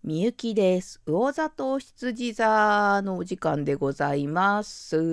みゆきです。魚座と羊座のお時間でございます。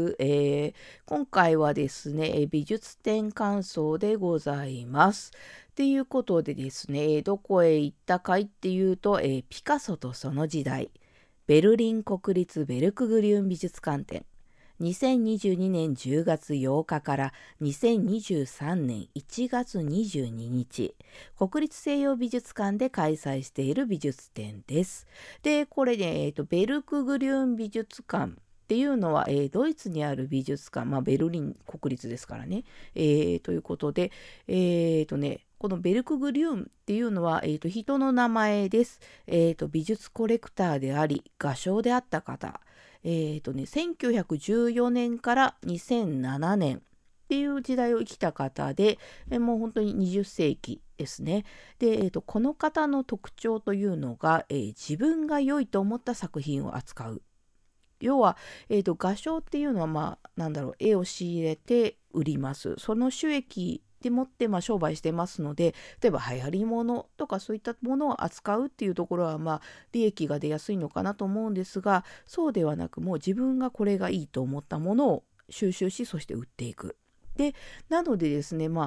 今回はですね、美術展感想でございます。っていうことでですね、どこへ行ったかいっていうと、ピカソとその時代、ベルリン国立ベルクグリューン美術館展。2022年10月8日から2023年1月22日、国立西洋美術館で開催している美術展です。で、これね、ベルクグリューン美術館っていうのは、ドイツにある美術館、ベルリン国立ですからね。ということで、このベルクグリューンっていうのは、人の名前です。美術コレクターであり、画商であった方。1914年から2007年っていう時代を生きた方で、もう本当に20世紀ですね。で、この方の特徴というのが、自分が良いと思った作品を扱う。要は、画商っていうのは、絵を仕入れて売ります。その収益でもって、商売してますので、例えば流行り物とかそういったものを扱うっていうところは、利益が出やすいのかなと思うんですが、そうではなく、もう自分がこれがいいと思ったものを収集し、そして売っていく。で、なのでですね、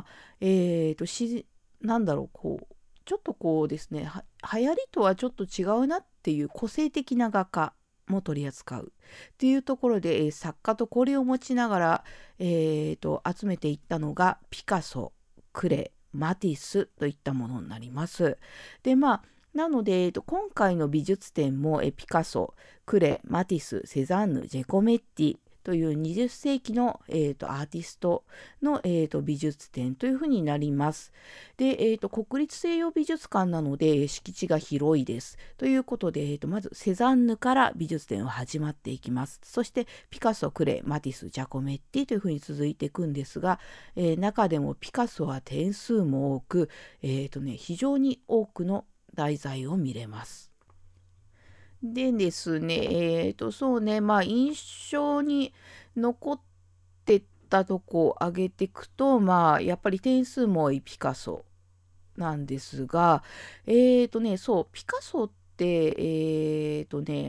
ちょっとこうですね、流行りとはちょっと違うなっていう個性的な画家も取り扱うっていうところで、作家と交流を持ちながら、集めていったのがピカソ、クレ、マティスといったものになります。で、なので、今回の美術展も、ピカソ、クレ、マティス、セザンヌ、ジェコメッティという20世紀の、アーティストの、美術展というふうになります。で、国立西洋美術館なので敷地が広いです。ということで、まずセザンヌから美術展は始まっていきます。そしてピカソ、クレ、マティス、ジャコメッティというふうに続いていくんですが、中でもピカソは点数も多く、非常に多くの題材を見れます。でですね、そうね、印象に残ってたとこを挙げていくと、やっぱり点数も多いピカソなんですが、そう、ピカソって、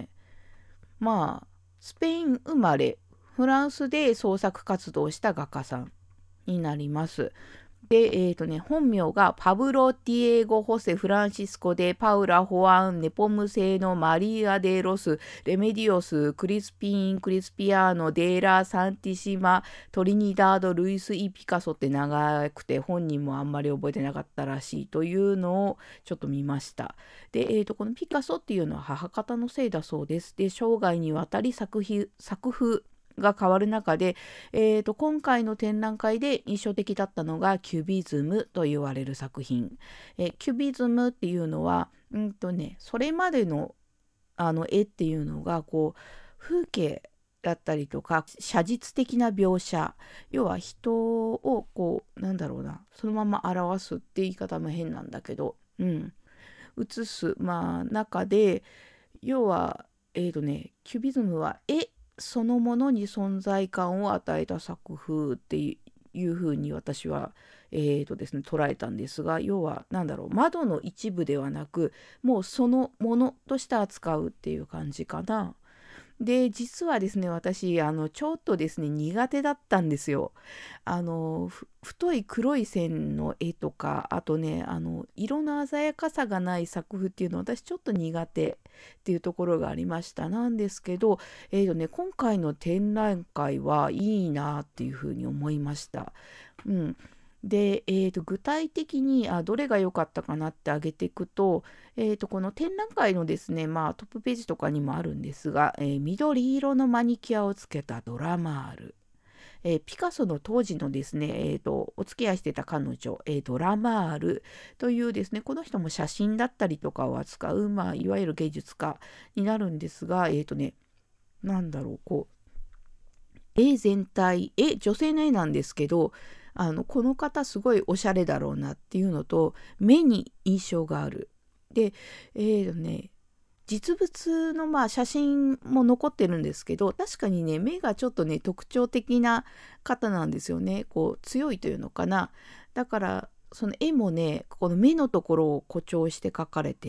スペイン生まれ、フランスで創作活動をした画家さんになります。で、本名がパブロ・ティエゴ・ホセ・フランシスコ・デ・パウラ・ホアン・ネポム製のマリア・デ・ロス・レメディオス・クリスピン・クリスピアーノ・デーラ・サンティシマ・トリニダード・ルイス・イ・ピカソって長くて本人もあんまり覚えてなかったらしいというのをちょっと見ました。で、このピカソっていうのは母方のせいだそうです。で、生涯にわたり作風が変わる中で、今回の展覧会で印象的だったのがキュビズムと言われる作品。キュビズムっていうのは、それまでの絵っていうのがこう風景だったりとか写実的な描写、要は人をそのまま表すって言い方も変なんだけど、写す中で、要はキュビズムは絵そのものに存在感を与えた作風っていうふうに私は、捉えたんですが、要は窓の一部ではなく、もうそのものとして扱うっていう感じかな。で、実はですね、私、ちょっとですね、苦手だったんですよ。太い黒い線の絵とか、あとね、色の鮮やかさがない作風っていうのは、私ちょっと苦手っていうところがありました。なんですけど、今回の展覧会はいいなっていうふうに思いました。うん。で、具体的にどれが良かったかなって挙げていくと、この展覧会のですね、トップページとかにもあるんですが、緑色のマニキュアをつけたドラマール。ピカソの当時のですね、お付き合いしてた彼女、ドラマールというですね、この人も写真だったりとかを扱う、いわゆる芸術家になるんですが、絵全体、女性の絵なんですけど、この方すごいおしゃれだろうなっていうのと、目に印象がある。で、実物の写真も残ってるんですけど、確かにね、目がちょっとね、特徴的な方なんですよね。こう、強いというのかな。だから、その絵もね、この目のところを誇張して描かれて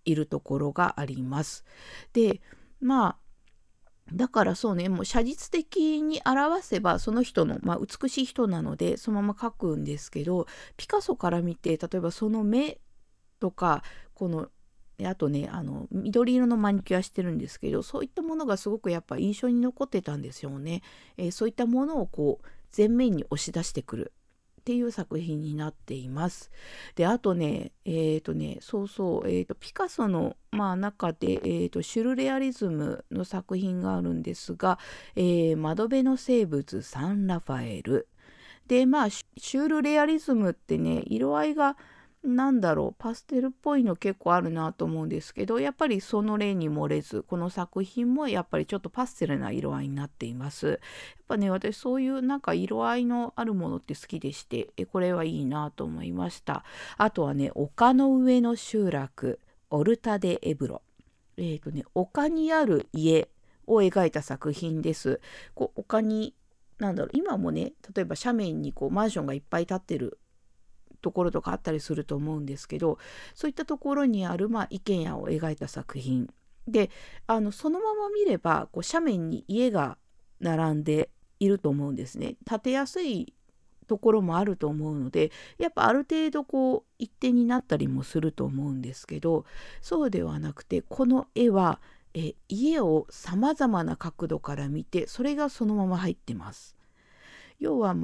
いるところがあります。でまあだからそうね、もう写実的に表せばその人の、美しい人なのでそのまま描くんですけど、ピカソから見て例えばその目とかこのあとね緑色のマニキュアしてるんですけど、そういったものがすごくやっぱ印象に残ってたんですよね。そういったものをこう前面に押し出してくるっていう作品になっています。であとねそうそう、ピカソの、中で、シュルレアリズムの作品があるんですが、窓辺の生物サンラファエルでシュールレアリズムってね、色合いがパステルっぽいの結構あるなと思うんですけど、やっぱりその例に漏れずこの作品もやっぱりちょっとパステルな色合いになっています。やっぱね、私そういう色合いのあるものって好きでして、これはいいなと思いました。あとはね、丘の上の集落オルタ・デ・エブロ、丘にある家を描いた作品です。丘に今もね、例えば斜面にマンションがいっぱい建ってるところとかあったりすると思うんですけど、そういったところにある、一軒家を描いた作品で、そのまま見れば斜面に家が並んでいると思うんですね。建てやすいところもあると思うので、やっぱある程度一定になったりもすると思うんですけど、そうではなくてこの絵は家をさまざまな角度から見て、それがそのまま入ってます。要は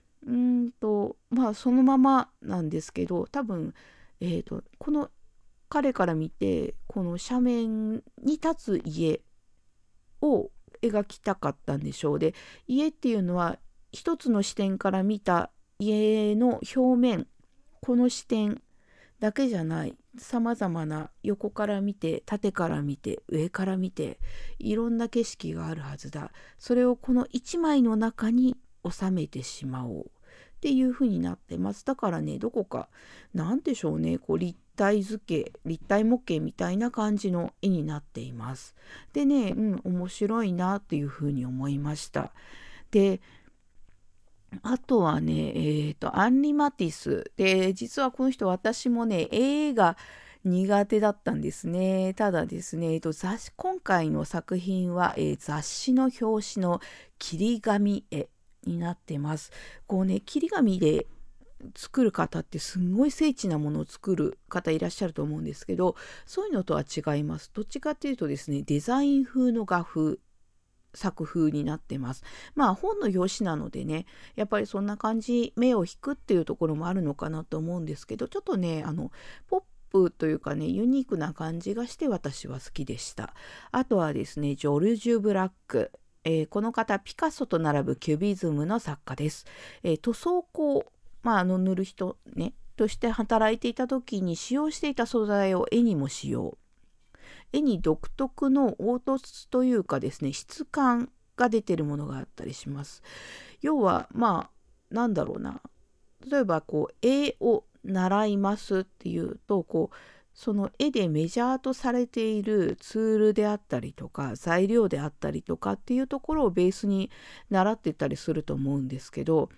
そのままなんですけど、多分この彼から見てこの斜面に立つ家を描きたかったんでしょう。で、家っていうのは一つの視点から見た家の表面、この視点だけじゃない、さまざまな横から見て縦から見て上から見ていろんな景色があるはずだ。それをこの一枚の中に収めてしまおうっていう風になってます。だからね、どこかなんでしょうね、立体図形、立体模型みたいな感じの絵になっています。でね、面白いなっていう風に思いました。であとはね、アンリ・マティスで、実はこの人私もね絵が苦手だったんですね。ただですね、今回の作品は、雑誌の表紙の切り紙絵になってます。切り紙で作る方ってすんごい精緻なものを作る方いらっしゃると思うんですけど、そういうのとは違います。どっちかっていうとですね、デザイン風の画風作風になってます。本の表紙なのでね、やっぱりそんな感じ、目を引くっていうところもあるのかなと思うんですけど、ちょっとねポップというかね、ユニークな感じがして私は好きでした。あとはですね、ジョルジュ・ブラック、この方ピカソと並ぶキュビズムの作家です。塗装工、塗る人ねとして働いていた時に使用していた素材を絵にも使用。絵に独特の凹凸というかですね、質感が出てるものがあったりします。要は例えば絵を習いますっていうとその絵でメジャーとされているツールであったりとか材料であったりとかっていうところをベースに習ってたりすると思うんですけど、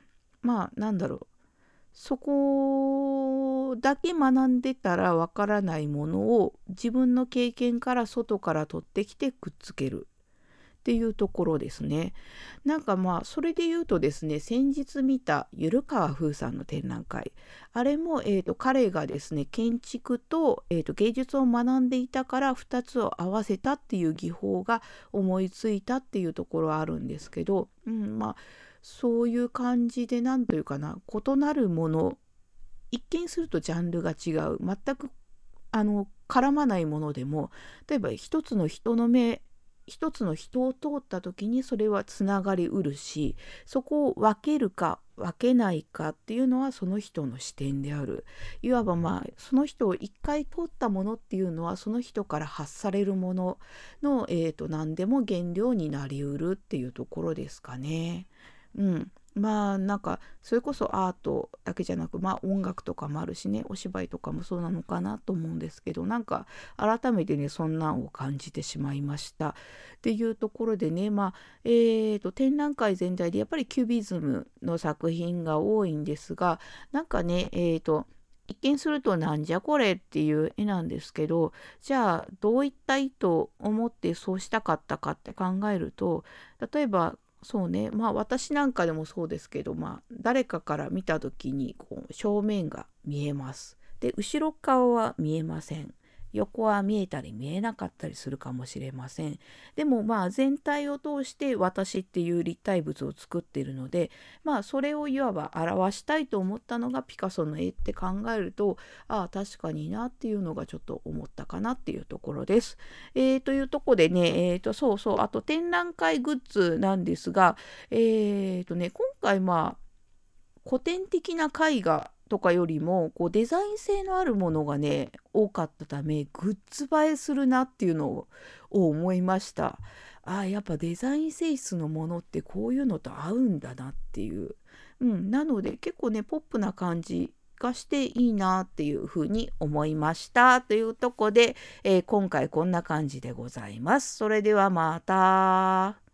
そこだけ学んでたらわからないものを自分の経験から外から取ってきてくっつけるっていうところですね。それで言うとですね、先日見たゆるかわふうさんの展覧会、あれも、彼がですね建築と,、芸術を学んでいたから2つを合わせたっていう技法が思いついたっていうところはあるんですけど、そういう感じで異なるもの、一見するとジャンルが違う、全く絡まないものでも、例えば一つの人を通った時にそれはつながりうるし、そこを分けるか分けないかっていうのはその人の視点である。いわばその人を一回通ったものっていうのはその人から発されるものの、何でも原料になりうるっていうところですかね。それこそアートだけじゃなく、音楽とかもあるしね、お芝居とかもそうなのかなと思うんですけど、改めてねそんなんを感じてしまいましたっていうところでね、展覧会全体でやっぱりキュビズムの作品が多いんですが、 一見するとなんじゃこれっていう絵なんですけど、じゃあどういった意図を持ってそうしたかったかって考えると、例えばそうね、私なんかでもそうですけど、誰かから見た時にこう正面が見えます。で、後ろ側は見えません。横は見えたり見えなかったりするかもしれません。でも全体を通して私っていう立体物を作っているので、それをいわば表したいと思ったのがピカソの絵って考えると、確かになっていうのがちょっと思ったかなっていうところです。というとこでね、そうそう、あと展覧会グッズなんですが、今回古典的な絵画とかよりもこうデザイン性のあるものがね多かったため、グッズ映えするなっていうのを思いました。やっぱデザイン性質のものってこういうのと合うんだなっていう、なので結構ねポップな感じがしていいなっていうふうに思いましたというとこで、今回こんな感じでございます。それではまた。